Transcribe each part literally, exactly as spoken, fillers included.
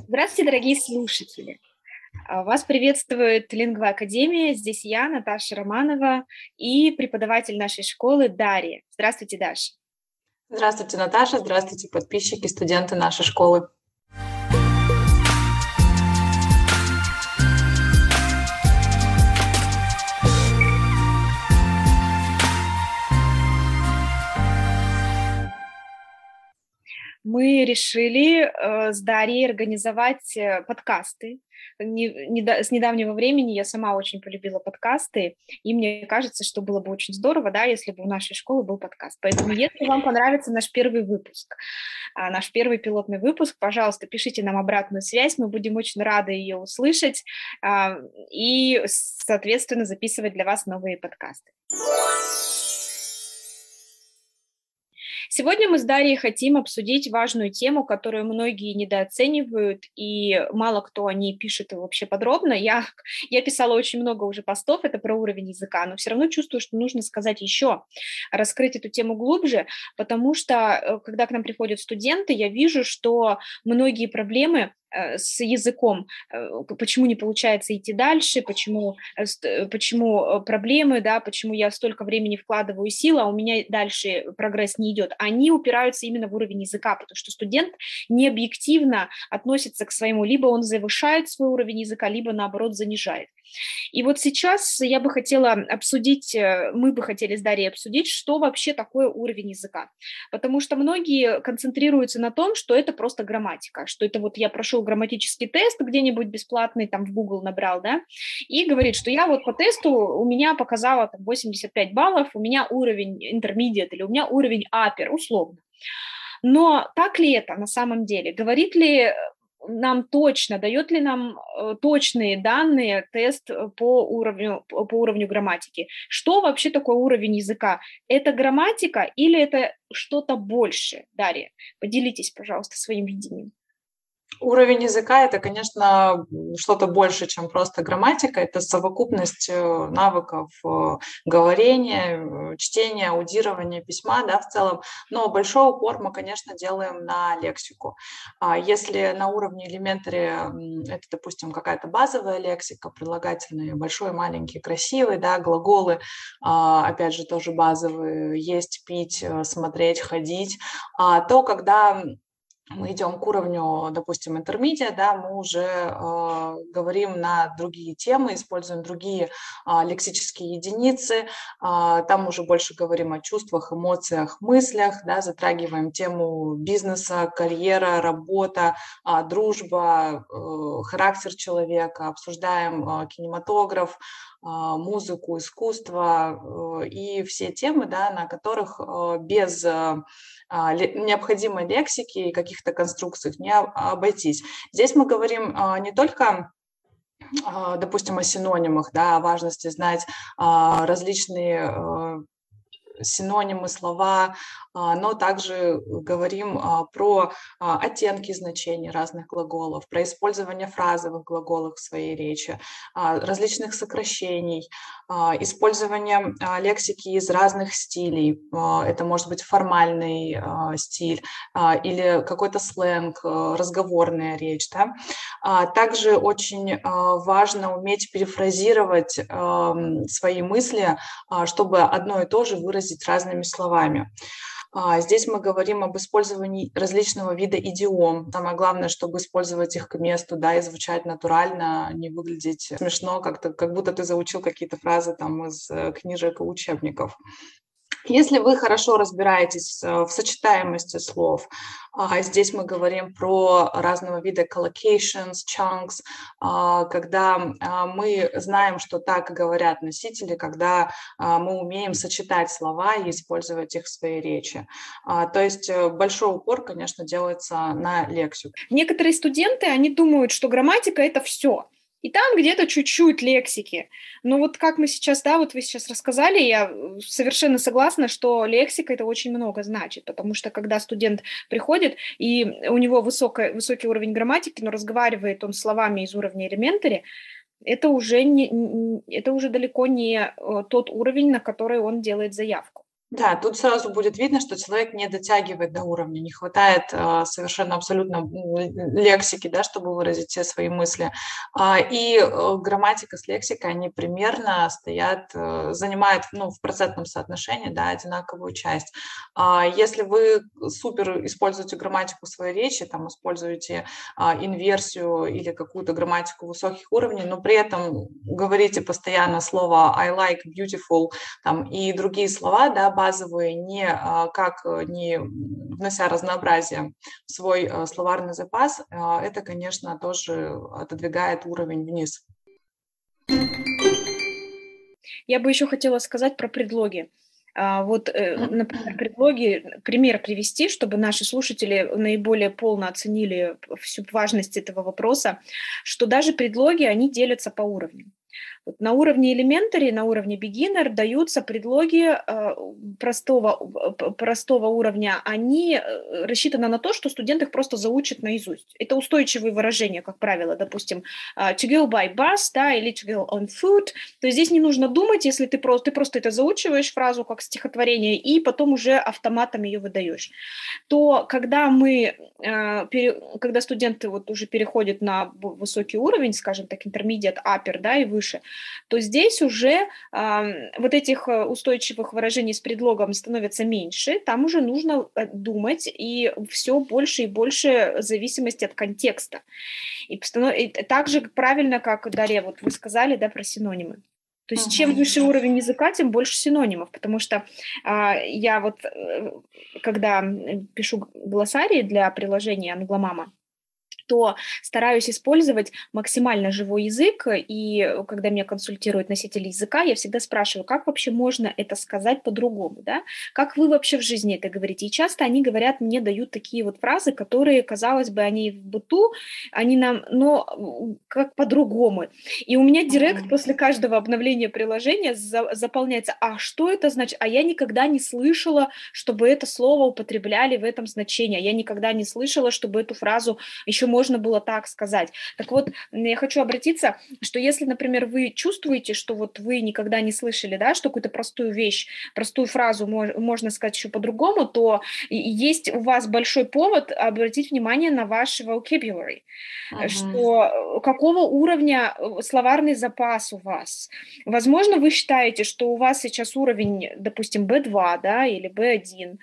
Здравствуйте, дорогие слушатели! А, Вас приветствует Лингва Академия. Здесь я, Наташа Романова, и преподаватель нашей школы Дарья. Здравствуйте, Даша. Здравствуйте, Наташа. Здравствуйте, подписчики, студенты нашей школы. Мы решили э, с Дарьей организовать э, подкасты. Не- неда- с недавнего времени я сама очень полюбила подкасты, и мне кажется, что было бы очень здорово, да, если бы у нашей школы был подкаст. Поэтому, если вам понравится наш первый выпуск, а, наш первый пилотный выпуск, пожалуйста, пишите нам обратную связь, мы будем очень рады ее услышать а, и, соответственно, записывать для вас новые подкасты. Сегодня мы с Дарьей хотим обсудить важную тему, которую многие недооценивают, и мало кто о ней пишет вообще подробно. Я, я писала очень много уже постов, это про уровень языка, но все равно чувствую, что нужно сказать еще, раскрыть эту тему глубже, потому что, э, когда к нам приходят студенты, я вижу, что многие проблемы э, с языком, э, почему не получается идти дальше, почему, э, ст- э, почему э, проблемы, да, почему я столько времени вкладываю сил, а у меня дальше прогресс не идет, они упираются именно в уровень языка, потому что студент не объективно относится к своему, либо он завышает свой уровень языка, либо наоборот занижает. И вот сейчас я бы хотела обсудить, э, мы бы хотели с Дарьей обсудить, что вообще такое уровень языка. Потому что многие концентрируются на том, что это просто грамматика, что это вот я прошел грамматический тест где-нибудь бесплатный, там в Google набрал, да, и говорит, что я вот по тесту, у меня показало там восемьдесят пять баллов, у меня уровень intermediate или у меня уровень upper, условно. Но так ли это на самом деле? Говорит ли нам точно, дает ли нам э, точные данные тест э, по уровню, по по уровню грамматики? Что вообще такое уровень языка? Это грамматика или это что-то большее? Дарья, поделитесь, пожалуйста, своим видением. Уровень языка– это, конечно, что-то больше, чем просто грамматика. Это совокупность э, навыков э, говорения, э, чтения, аудирования, письма, да, в целом. Но большой упор мы, конечно, делаем на лексику. А Если на уровне элементари м, это, допустим, какая-то базовая лексика, прилагательные большой, маленький, красивый, да, глаголы, а, опять же, тоже базовые, есть, пить, э, смотреть, ходить, а, то когда мы идем к уровню, допустим, интермедиа, да, мы уже э, говорим на другие темы, используем другие а, лексические единицы, а, там уже больше говорим о чувствах, эмоциях, мыслях, да, затрагиваем тему бизнеса, карьера, работа, а, дружба, э, характер человека, обсуждаем э, кинематограф, а, музыку, искусство э, и все темы, да, на которых э, без э, а, ле- необходимой лексики и каких-то конструкций не об- обойтись. Здесь мы говорим а, не только, а, допустим, о синонимах, да, о важности знать а, различные э, синонимы, слова, а, но также говорим а, про а, оттенки значений разных глаголов, про использование фразовых глаголов в своей речи, а, различных сокращений, а, использование а, лексики из разных стилей. А, Это может быть формальный а, стиль а, или какой-то сленг, а, разговорная речь. Да? А, Также очень а, важно уметь перефразировать ам, свои мысли, а, чтобы одно и то же выразить разными словами. А, Здесь мы говорим об использовании различного вида идиом. Самое главное, чтобы использовать их к месту, да, и звучать натурально, не выглядеть смешно, как-то, как будто ты заучил какие-то фразы там из э, книжек и учебников. Если вы хорошо разбираетесь э, в сочетаемости слов, а, здесь мы говорим про разного вида collocations, chunks, а, когда а, мы знаем, что так говорят носители, когда а, мы умеем сочетать слова и использовать их в своей речи. А, То есть э, большой упор, конечно, делается на лексику. Некоторые студенты, они думают, что грамматика – это все. И там где-то чуть-чуть лексики. Но вот как мы сейчас, да, вот вы сейчас рассказали, я э, совершенно согласна, что лексика – это очень много значит, потому что когда студент приходит, и у него высокий, высокий уровень грамматики, но разговаривает он словами из уровня элементари, это уже, не, н- это уже далеко не э, тот уровень, на который он делает заявку. Да, тут сразу будет видно, что человек не дотягивает до уровня, не хватает а, совершенно абсолютно м, лексики, да, чтобы выразить все свои мысли. А, и э, грамматика с лексикой, они примерно стоят, э, занимают, ну, в процентном соотношении, да, одинаковую часть. А, если вы супер используете грамматику в своей речи, там, используете а, инверсию или какую-то грамматику высоких уровней, но при этом говорите постоянно слово I like, beautiful, там, и другие слова, да, базовые, не а, как э, не внося разнообразие в свой э, словарный запас, а, это, конечно, тоже отодвигает уровень вниз. Я бы еще хотела сказать про предлоги. А, Вот, э, например, предлоги, пример привести, чтобы наши слушатели наиболее полно оценили всю важность этого вопроса, что даже предлоги, они делятся по уровням. Вот на уровне elementary, на уровне beginner даются предлоги э, простого, п- простого уровня. Они э, рассчитаны на то, что студент их просто заучит наизусть. Это устойчивые выражения, как правило, допустим, э, to go by bus, да, или to go on foot. То есть здесь не нужно думать, если ты просто, ты просто это заучиваешь фразу как стихотворение, и потом уже автоматом ее выдаешь. То когда мы, э, пере- когда студенты вот уже переходят на б- высокий уровень, скажем так, intermediate, upper, да, и выше, то здесь уже ам, вот этих э, устойчивых выражений с предлогом становится меньше, там уже нужно э, думать, и все больше и больше зависимости от контекста. И, постанов- и так же правильно, как, Дарья, вот вы сказали, да, про синонимы. То есть чем Мгм. выше уровень языка, тем больше синонимов, потому что а, я вот, э, когда э, пишу глоссарии для приложения Англомама, то стараюсь использовать максимально живой язык, и когда меня консультируют носители языка, я всегда спрашиваю, как вообще можно это сказать по-другому, да? Как вы вообще в жизни это говорите? И часто они говорят, мне дают такие вот фразы, которые, казалось бы, они в быту, они нам, но как по-другому. И у меня директ Мгм. после каждого обновления приложения за- заполняется, а что это значит? А я никогда не слышала, чтобы это слово употребляли в этом значении, а я никогда не слышала, чтобы эту фразу еще можно было так сказать. Так вот, я хочу обратиться, что если, например, вы чувствуете, что вот вы никогда не слышали, да, что какую-то простую вещь, простую фразу мож, можно сказать еще по-другому, то есть у вас большой повод обратить внимание на ваш vocabulary, Мгм. что какого уровня э, словарный запас у вас. Возможно, вы считаете, что у вас сейчас уровень, допустим, би два, да, или би один,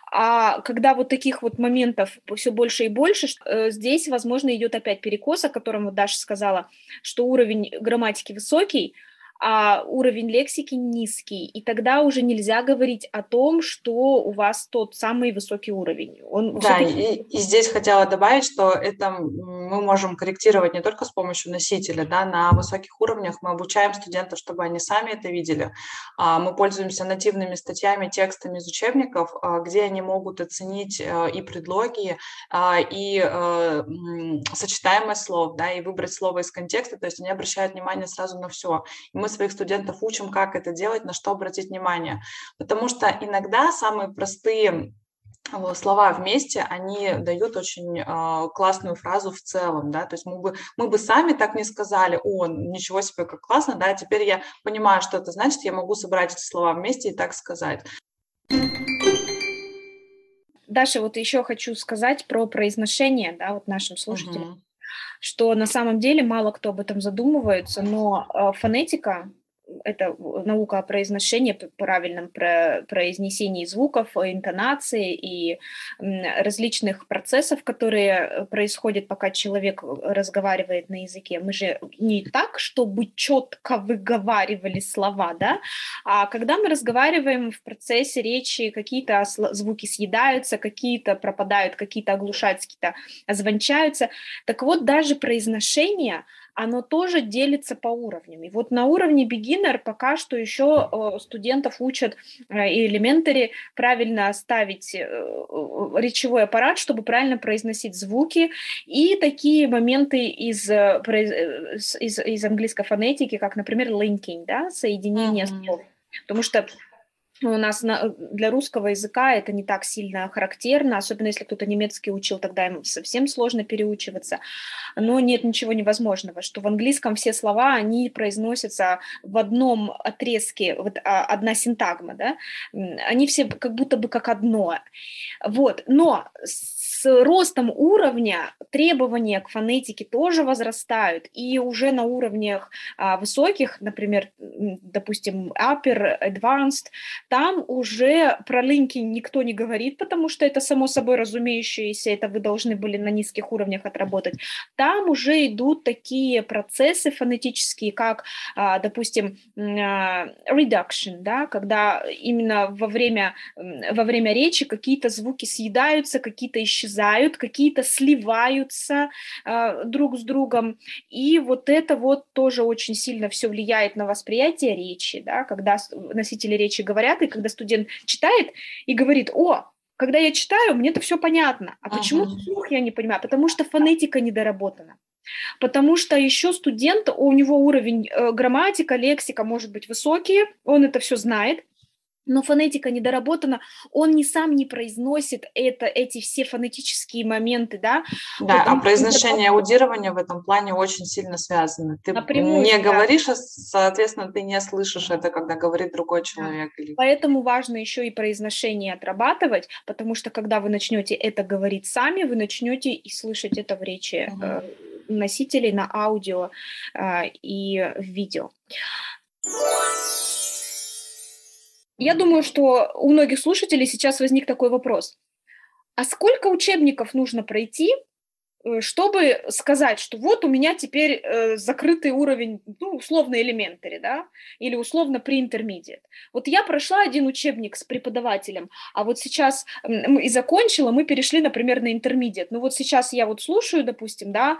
а когда вот таких вот моментов все больше и больше, э, здесь, возможно, идет опять перекос, о котором вот Даша сказала, что уровень грамматики высокий, а уровень лексики низкий. И тогда уже нельзя говорить о том, что у вас тот самый высокий уровень. Он Да, все-таки... и, и здесь хотела добавить, что это м, мы можем корректировать не только с помощью носителя, да, на высоких уровнях мы обучаем студентов, чтобы они сами это видели. А, Мы пользуемся нативными статьями, текстами из учебников, а, где они могут оценить э, и предлоги, а, и э, м, сочетаемость слов, да, и выбрать слово из контекста, то есть они обращают внимание сразу на все. И мы своих студентов учим, как это делать, на что обратить внимание. Потому что иногда самые простые вот слова вместе, они дают очень а, классную фразу в целом, да, то есть мы бы, мы бы сами так не сказали, о, ничего себе, как классно, да, теперь я понимаю, что это значит, я могу собрать эти слова вместе и так сказать. Даша, вот еще хочу сказать про произношение, да, вот нашим слушателям, Мгм. что на самом деле мало кто об этом задумывается, но э, фонетика — это наука о произношении, п- правильном про- произнесении звуков, э, интонации и м, различных процессов, которые э, происходят, пока человек разговаривает на языке. Мы же не так, чтобы четко выговаривали слова, да, а когда мы разговариваем в процессе речи, какие-то сл- звуки съедаются, какие-то пропадают, какие-то оглушаются, какие-то озвончаются. Так вот, даже произношение, оно тоже делится по уровням. И вот на уровне beginner пока что еще э, студентов учат э, и elementary правильно ставить э, э, речевой аппарат, чтобы правильно произносить звуки. И такие моменты из, э, произ- э, с- из, из английской фонетики, как, например, linking, да, соединение Мгм. слов. Потому что У нас на, для русского языка это не так сильно характерно, особенно если кто-то немецкий учил, тогда ему совсем сложно переучиваться. Но нет ничего невозможного, что в английском все слова, они произносятся в одном отрезке, вот а, одна синтагма, да, они все как будто бы как одно. Вот, но с ростом уровня требования к фонетике тоже возрастают, и уже на уровнях а, высоких, например, допустим, upper, advanced, там уже про линки никто не говорит, потому что это само собой разумеющееся, это вы должны были на низких уровнях отработать. Там уже идут такие процессы фонетические, как, а, допустим, а, reduction, да, когда именно во время, во время речи какие-то звуки съедаются, какие-то исчезают, какие-то сливаются а, друг с другом, и вот это вот тоже очень сильно все влияет на восприятие речи, да, когда носители речи говорят, и когда студент читает и говорит: о, когда я читаю, мне это все понятно. А почему Мгм. вслух я не понимаю? Потому что фонетика недоработана. Потому что еще студент, у него уровень э, грамматика, лексика может быть высокий, он это все знает, но фонетика недоработана, он не сам не произносит это, эти все фонетические моменты, да, Да, а потому что произношение и аудирование в этом плане очень сильно связаны. Ты напрямую не связано. говоришь, а, соответственно, ты не слышишь это, когда говорит другой Да. человек. Или... Поэтому важно еще и произношение отрабатывать, потому что когда вы начнете это говорить сами, вы начнете и слышать это в речи э, Мгм. носителей на аудио э, и в видео. Я думаю, что у многих слушателей сейчас возник такой вопрос. А сколько учебников нужно пройти, чтобы сказать, что вот у меня теперь э, закрытый уровень, ну, условно elementary, да, или условно pre-intermediate. Вот я прошла один учебник с преподавателем, а вот сейчас м, и закончила, мы перешли, например, на intermediate. Ну вот сейчас я вот слушаю, допустим, да,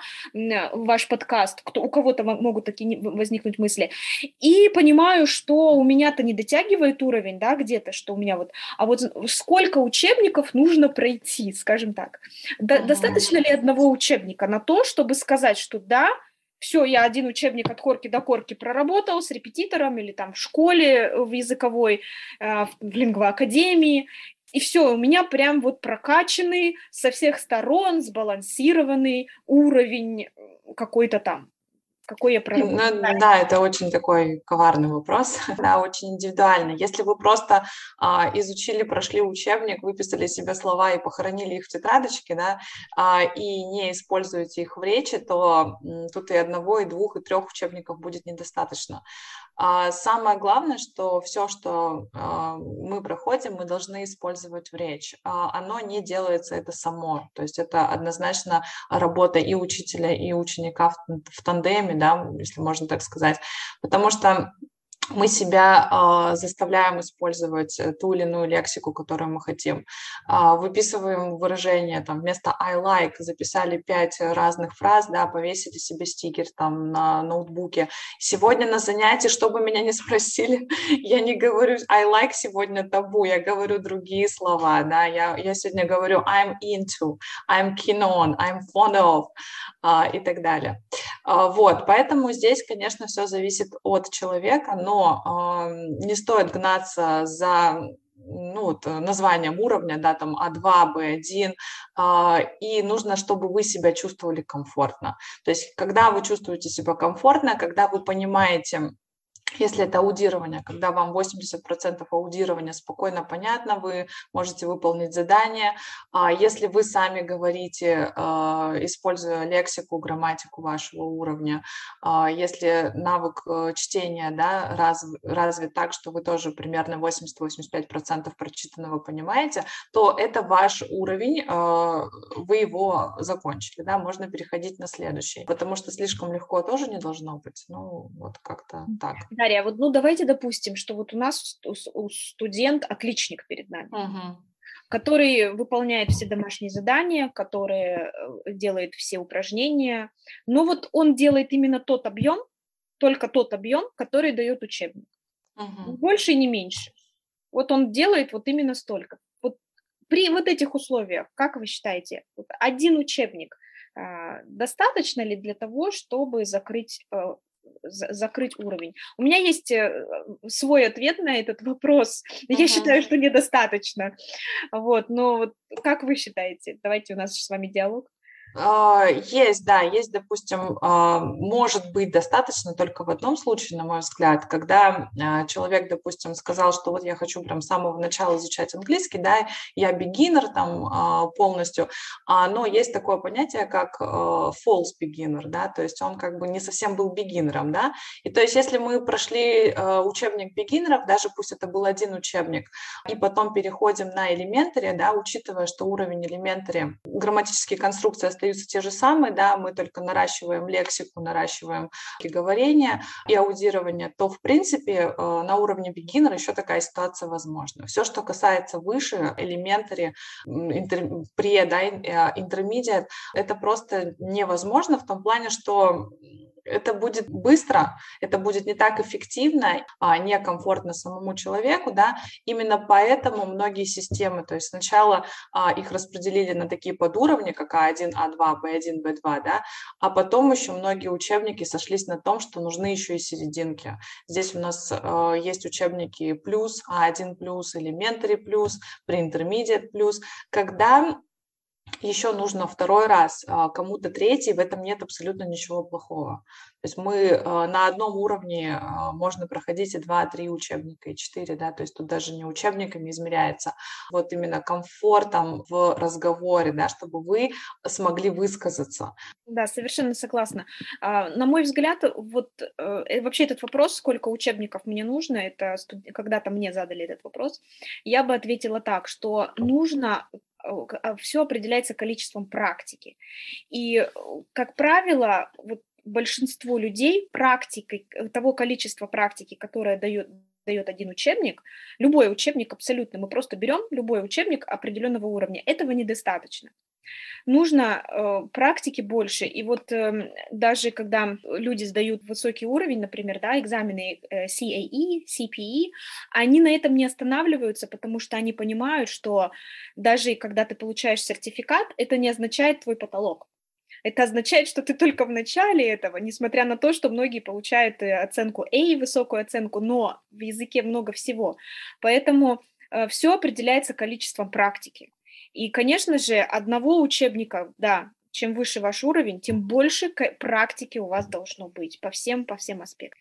ваш подкаст, кто, у кого-то могут такие возникнуть мысли, и понимаю, что у меня-то не дотягивает уровень, да, где-то, что у меня вот, а вот сколько учебников нужно пройти, скажем так. До- Мгм. достаточно ли одного учебника на то, чтобы сказать, что да, все, я один учебник от корки до корки проработал с репетитором или там в школе в языковой, э, в лингвоакадемии, и все, у меня прям вот прокачанный со всех сторон, сбалансированный уровень какой-то там, какой я Ну проработала. да, это очень такой коварный вопрос, да, очень индивидуально. Если вы просто а, изучили, прошли учебник, выписали себе слова и похоронили их в тетрадочке, да, а, и не используете их в речи, то м, тут и одного, и двух, и трех учебников будет недостаточно. А самое главное, что все, что а, мы проходим, мы должны использовать в речь. А, оно не делается это само, то есть это однозначно работа и учителя, и ученика в, в тандеме, да, если можно так сказать, потому что мы себя а, заставляем использовать э, ту или иную лексику, которую мы хотим. А, выписываем выражение, там, вместо I like записали пять разных фраз, да, повесили себе стикер там на ноутбуке. Сегодня на занятии, чтобы меня не спросили, я не говорю I like сегодня табу, я говорю другие слова, да, я, я сегодня говорю I'm into, I'm keen on, I'm fond of а, и так далее. А, Вот, поэтому здесь, конечно, все зависит от человека, но а, не стоит гнаться за ну, вот, э, названием уровня, да, там а два, бэ один, а, и нужно, чтобы вы себя чувствовали комфортно. То есть, когда вы чувствуете себя комфортно, когда вы понимаете, если это аудирование, когда вам восемьдесят процентов аудирования спокойно понятно, вы можете выполнить задание. А если вы сами говорите, а, используя лексику, грамматику вашего уровня, а, если навык э, чтения, да, раз, развит так, что вы тоже примерно восемьдесят-восемьдесят пять процентов прочитанного понимаете, то это ваш уровень, а, вы его закончили, да, можно переходить на следующий, потому что слишком легко тоже не должно быть, ну, вот как-то так. Дарья, вот ну давайте допустим, что вот у нас у, у студент отличник перед нами, Мгм. который выполняет все домашние задания, который э, делает все упражнения, но вот он делает именно тот объем, только тот объем, который дает учебник. Ни Мгм. больше и не меньше. Вот он делает вот именно столько. Вот при вот этих условиях, как вы считаете, вот один учебник а, достаточно ли для того, чтобы закрыть, э, за- закрыть уровень? У меня есть э, свой ответ на этот вопрос. Я Мгм. считаю, что недостаточно. Вот, но вот как вы считаете? Давайте у нас с вами диалог. А, Есть, да, есть, допустим, а, может быть достаточно только в одном случае, на мой взгляд, когда а, человек, допустим, сказал, что вот я хочу прям с самого начала изучать английский, да, я beginner там а, полностью, а, но есть такое понятие, как а, false beginner, да, то есть он как бы не совсем был бигинером, да, и то есть если мы прошли а, учебник бигинеров, даже пусть это был один учебник, и потом переходим на elementary, да, учитывая, что уровень elementary, грамматические конструкции остаются те же самые, да, мы только наращиваем лексику, наращиваем говорение и аудирование, то, в принципе, э, на уровне beginner еще такая ситуация возможна. Все, что касается выше, elementary, м, интер, pre, да, ин- э, intermediate, это просто невозможно в том плане, что это будет быстро, это будет не так эффективно, а некомфортно самому человеку, да, именно поэтому многие системы, то есть сначала а, их распределили на такие подуровни, как а один, а два, бэ один, бэ два, да, а потом еще многие учебники сошлись на том, что нужны еще и серединки. Здесь у нас э, есть учебники плюс, а один плюс, elementary плюс, pre-intermediate плюс, когда еще нужно второй раз, а, кому-то третий, в этом нет абсолютно ничего плохого. То есть мы а, на одном уровне а, можно проходить и два, три учебника, и четыре, да, то есть тут даже не учебниками измеряется, вот именно комфортом в разговоре, да, чтобы вы смогли высказаться. Да, совершенно согласна. А, на мой взгляд, вот, э, э, вообще этот вопрос, сколько учебников мне нужно, это студ когда-то мне задали этот вопрос, я бы ответила так, что нужно, все определяется количеством практики. И, э, как правило, вот большинство людей практикой, э, того количества практики, которое дает дает один учебник, любой учебник абсолютно, мы просто берем любой учебник определенного уровня, этого недостаточно. Нужно э, практики больше. И вот э, даже когда люди сдают высокий уровень, например, да, экзамены э, си эй и, си пи и, они на этом не останавливаются, потому что они понимают, что даже когда ты получаешь сертификат, это не означает твой потолок. Это означает, что ты только в начале этого, несмотря на то, что многие получают э, оценку A, высокую оценку, но в языке много всего. Поэтому все определяется количеством практики. И, конечно же, одного учебника, да, чем выше ваш уровень, тем больше к- практики у вас должно быть по всем, по всем аспектам.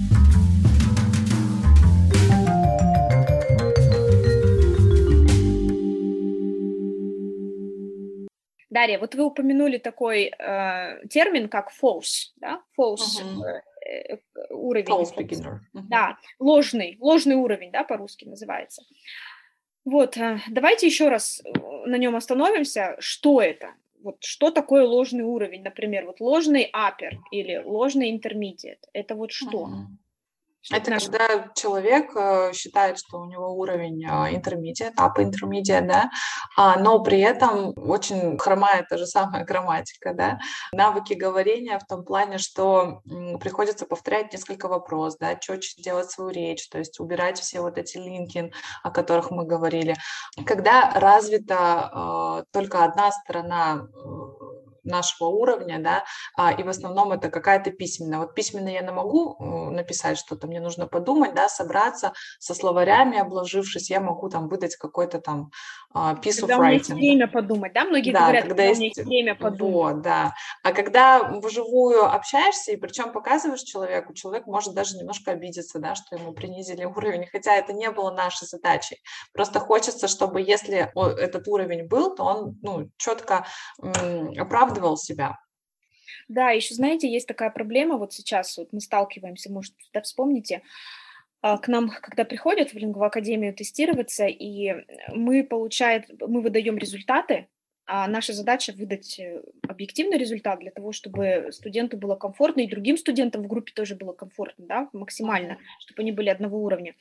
Дарья, вот вы упомянули такой э, термин, как false, да, false Мгм. э, э, уровень, False false. beginner. Мгм. Да, ложный, ложный уровень, да, по-русски называется. Вот, э, давайте еще раз э, на нем остановимся. Что это? Вот что такое ложный уровень, например, вот ложный upper или ложный intermediate? Это вот что? Мгм. Чтобы Это наш... когда человек э, считает, что у него уровень а, intermediate, upper intermediate, да, а, но при этом очень хромает та же самая грамматика, да, навыки говорения в том плане, что м, приходится повторять несколько вопросов, да, четче делать свою речь, то есть убирать все вот эти линки, о которых мы говорили. Когда развита э, только одна сторона э, нашего уровня, да, а, и в основном это какая-то письменная. Вот письменно я не могу э, написать что-то, мне нужно подумать, да, собраться со словарями, обложившись, я могу там выдать какой-то там а, piece of Когда у меня есть writing. время подумать, да? Многие Да, говорят, когда когда у меня есть, есть время подумать. вот, да. А когда вживую общаешься и причем показываешь человеку, человек может даже немножко обидеться, да, что ему принизили уровень, хотя это не было нашей задачей. Просто хочется, чтобы если о- этот уровень был, то он, ну, четко м, оправдывал себя. Да, еще, знаете, есть такая проблема, вот сейчас вот мы сталкиваемся, может, да, вспомните, а, к нам, когда приходят в лингвоакадемию академию тестироваться, и мы, получает, мы выдаем результаты, а наша задача выдать э, объективный результат для того, чтобы студенту было комфортно, и другим студентам в группе тоже было комфортно, да, максимально, Мгм. чтобы они были одного уровня.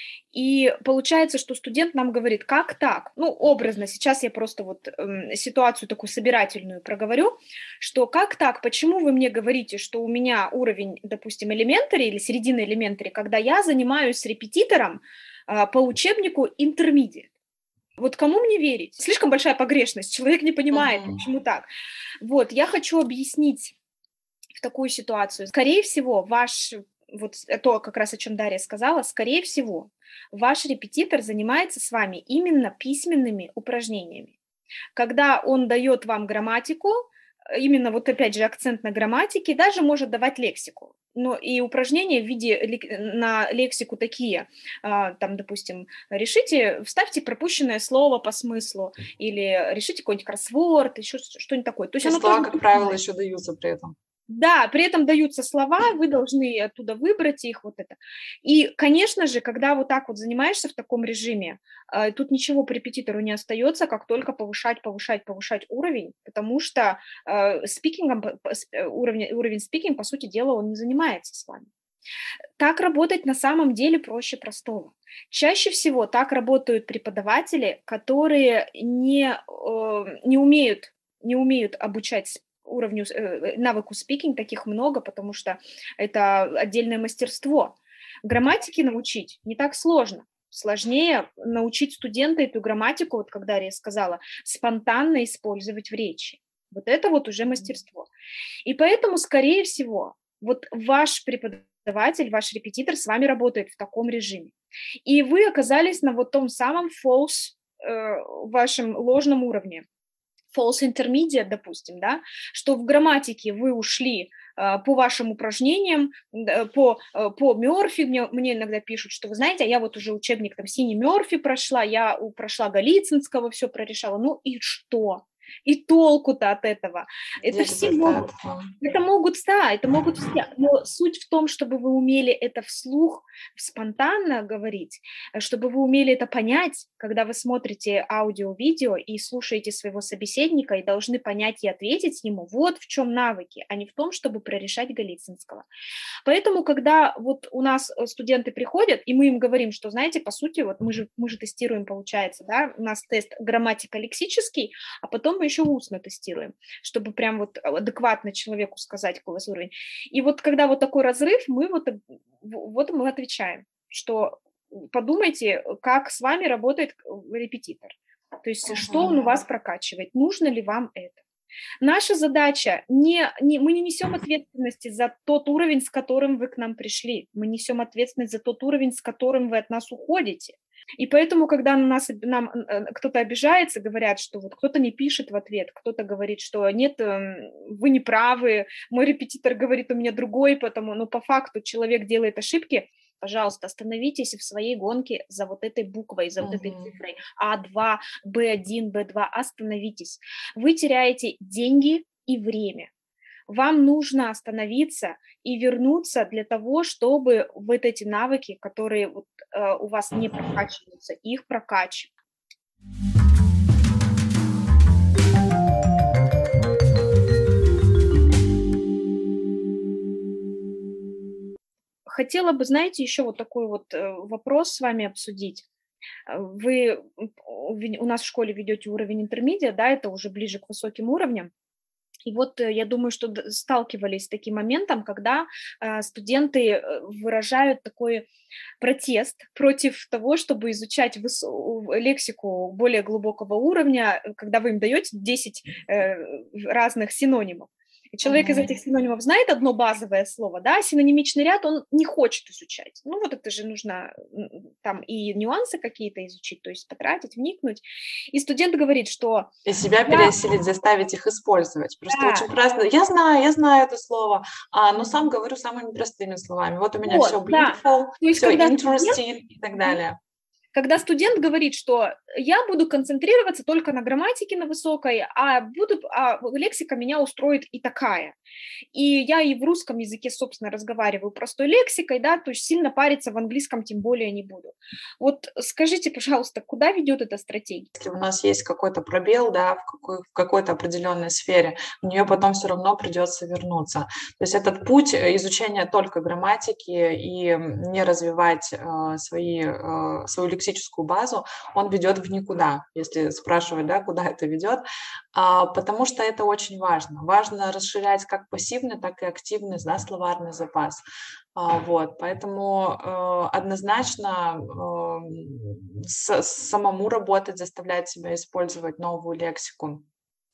И получается, что студент нам говорит, как так? Ну, образно, сейчас я просто вот эм, ситуацию такую собирательную проговорю, что как так, почему вы мне говорите, что у меня уровень, допустим, elementary или середина elementary, когда я занимаюсь с репетитором а, по учебнику intermediate? Вот кому мне верить? Слишком большая погрешность, человек не понимает, Мгм. почему так. Вот, я хочу объяснить в такую ситуацию? Скорее всего, ваш, вот то, как раз о чем Дарья сказала, скорее всего, ваш репетитор занимается с вами именно письменными упражнениями. Когда он дает вам грамматику, именно вот опять же акцент на грамматике, даже может давать лексику. Но и упражнения в виде на лексику такие, там, допустим, решите, вставьте пропущенное слово по смыслу, или решите какой-нибудь кроссворд, еще что-нибудь такое. То есть И оно слова, тоже... как правило, еще даются при этом. Да, при этом даются слова, вы должны оттуда выбрать их, вот это. И, конечно же, когда вот так вот занимаешься в таком режиме, э, тут ничего по репетитору не остается, как только повышать, повышать, повышать уровень, потому что э, спикингом, уровень, уровень спикинг, по сути дела, он не занимается с вами. Так работать на самом деле проще простого. Чаще всего так работают преподаватели, которые не, э, не умеют, не умеют обучать уровню, э, навыку speaking, таких много, потому что это отдельное мастерство. Грамматике научить не так сложно. Сложнее научить студента эту грамматику, вот как Дарья сказала, спонтанно использовать в речи. Вот это вот уже мастерство. И поэтому, скорее всего, вот ваш преподаватель, ваш репетитор с вами работает в таком режиме. И вы оказались на вот том самом false, э, вашем ложном уровне. False intermediate, допустим, да, что в грамматике вы ушли э, по вашим упражнениям, э, по, э, по Мёрфи, мне, мне иногда пишут, что вы знаете, а я вот уже учебник там Сини Мёрфи прошла, я у, прошла Голицынского, все прорешала, ну и что? И толку-то от этого? Это все могут, это могут, да, это могут все, но суть в том, чтобы вы умели это вслух, спонтанно говорить, чтобы вы умели это понять, когда вы смотрите аудио-видео и слушаете своего собеседника и должны понять и ответить ему, вот в чем навыки, а не в том, чтобы прорешать Голицынского. Поэтому, когда вот у нас студенты приходят, и мы им говорим, что, знаете, по сути, вот мы же, мы же тестируем, получается, да, у нас тест грамматико-лексический, а потом мы еще устно тестируем, чтобы прям вот адекватно человеку сказать, какой у вас уровень. И вот когда вот такой разрыв, мы вот, вот мы отвечаем, что подумайте, как с вами работает репетитор. То есть, uh-huh. что он у вас прокачивает, нужно ли вам это. Наша задача, не, не, мы не несем ответственности за тот уровень, с которым вы к нам пришли, мы несем ответственность за тот уровень, с которым вы от нас уходите. И поэтому, когда на нас, нам кто-то обижается, говорят, что вот кто-то не пишет в ответ, кто-то говорит, что нет, вы не правы, мой репетитор говорит, у меня другой, потому, но по факту человек делает ошибки, пожалуйста, остановитесь в своей гонке за вот этой буквой, за uh-huh. вот этой цифрой А два, Бэ один, Бэ два, остановитесь. Вы теряете деньги и время. Вам нужно остановиться и вернуться для того, чтобы вот эти навыки, которые вот, э, у вас не прокачиваются, их прокачивать. Хотела бы, знаете, еще вот такой вот э, вопрос с вами обсудить. Вы у нас в школе ведете уровень интермедиа, да, это уже ближе к высоким уровням. И вот я думаю, что сталкивались с таким моментом, когда э, студенты выражают такой протест против того, чтобы изучать выс... лексику более глубокого уровня, когда вы им даете десять э, разных синонимов. И человек uh-huh. из этих синонимов знает одно базовое слово, да, синонимичный ряд он не хочет изучать. Ну вот это же нужно там и нюансы какие-то изучить, то есть потратить, вникнуть. И студент говорит, что... И себя пересилить, заставить их использовать. Просто да. очень просто. Я знаю, я знаю это слово, а, но сам говорю самыми простыми словами. Вот у меня вот, все beautiful, да. все interesting студент... и так далее. Когда студент говорит, что я буду концентрироваться только на грамматике на высокой, а, буду, а лексика меня устроит и такая. И я и в русском языке, собственно, разговариваю простой лексикой, да, то есть сильно париться в английском тем более не буду. Вот скажите, пожалуйста, куда ведет эта стратегия? Если у нас есть какой-то пробел, да, в, какой, в какой-то определенной сфере, в нее потом все равно придется вернуться. То есть этот путь изучения только грамматики и не развивать э, свои, э, свою лексическую базу, он ведет в никуда, если спрашивать, да, куда это ведет, а, потому что это очень важно. Важно расширять как пассивный, так и активный, да, словарный запас. А, вот, поэтому э, однозначно э, с, самому работать, заставлять себя использовать новую лексику.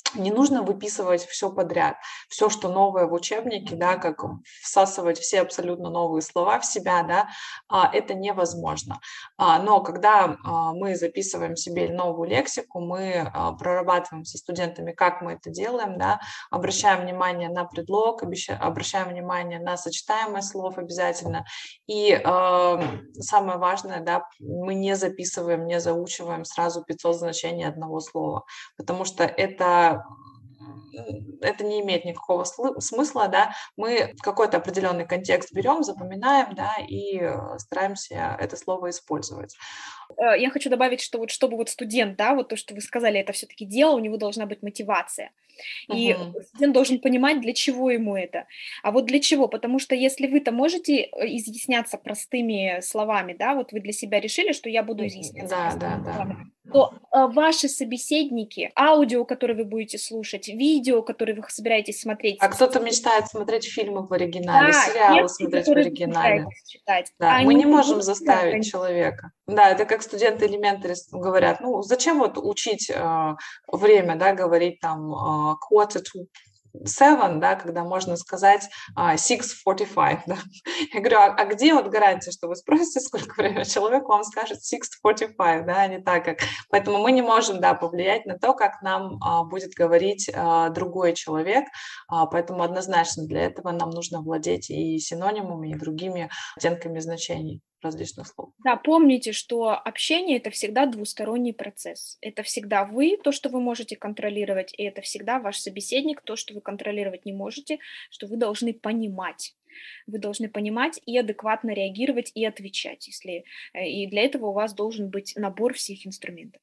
Не нужно выписывать все подряд, все, что новое в учебнике, да, как всасывать все абсолютно новые слова в себя, да, а, это невозможно. А, но когда а, мы записываем себе новую лексику, мы а, прорабатываем со студентами, как мы это делаем, да, обращаем внимание на предлог, обеща- обращаем внимание на сочетаемость слов обязательно. И а, самое важное, да, мы не записываем, не заучиваем сразу пятьсот значений одного слова, потому что это это не имеет никакого слы- смысла, да, мы какой-то определенный контекст берем, запоминаем, да, и э, стараемся это слово использовать. Э, я хочу добавить, что вот чтобы вот студент, да, вот то, что вы сказали, это все-таки дело, у него должна быть мотивация. И Мгм. студент должен понимать, для чего ему это. А вот для чего? Потому что если вы-то можете э, изъясняться простыми словами, да, вот вы для себя решили, что я буду М, изъясняться Да, простыми да, да. словами, то э, ваши собеседники, аудио, которое вы будете слушать, видео, которое вы собираетесь смотреть, А с- кто-то с- мечтает смотреть фильмы в оригинале, да, сериалы тексты, смотреть в которые вы оригинале. собираетесь читать, Да, мы они не можем нужно, заставить конечно. человека. Да, это как студенты элементари говорят, ну, зачем вот учить э, время, да, говорить там э, quarter to seven, да, когда можно сказать а, six forty-five, да. Я говорю, а, а где вот гарантия, что вы спросите, сколько времени, человек вам скажет six forty-five, да, а не так как. Поэтому мы не можем, да, повлиять на то, как нам а, будет говорить а, другой человек, а, поэтому однозначно для этого нам нужно владеть и синонимами, и другими оттенками значений различных слов. Да, помните, что общение — это всегда двусторонний процесс. Это всегда вы, то, что вы можете контролировать, и это всегда ваш собеседник, то, что вы контролировать не можете, что вы должны понимать. Вы должны понимать и адекватно реагировать, и отвечать, если э, и для этого у вас должен быть набор всех инструментов.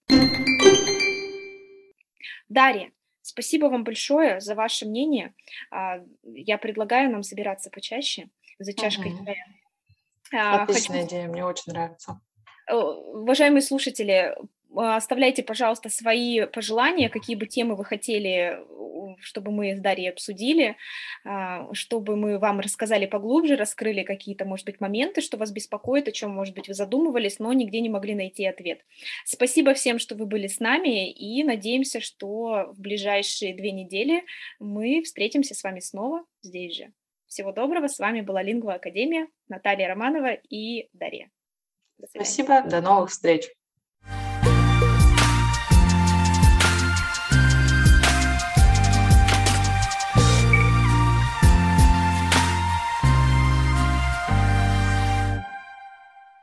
Дарья, спасибо вам большое за ваше мнение. А, Я предлагаю нам собираться почаще за чашкой Мгм. чая. А, Хочу Отличная идея, мне очень нравится. Э, Уважаемые слушатели, а, оставляйте, пожалуйста, свои пожелания, какие бы темы вы хотели, у, чтобы мы с Дарьей обсудили, а, чтобы мы вам рассказали поглубже, раскрыли какие-то, может быть, моменты, что вас беспокоит, о чем, может быть, вы задумывались, но нигде не могли найти ответ. Спасибо всем, что вы были с нами, и надеемся, что в ближайшие две недели мы встретимся с вами снова здесь же. Всего доброго, с вами была Лингва Академия, Наталья Романова и Дарья. До свидания. Спасибо, до новых встреч.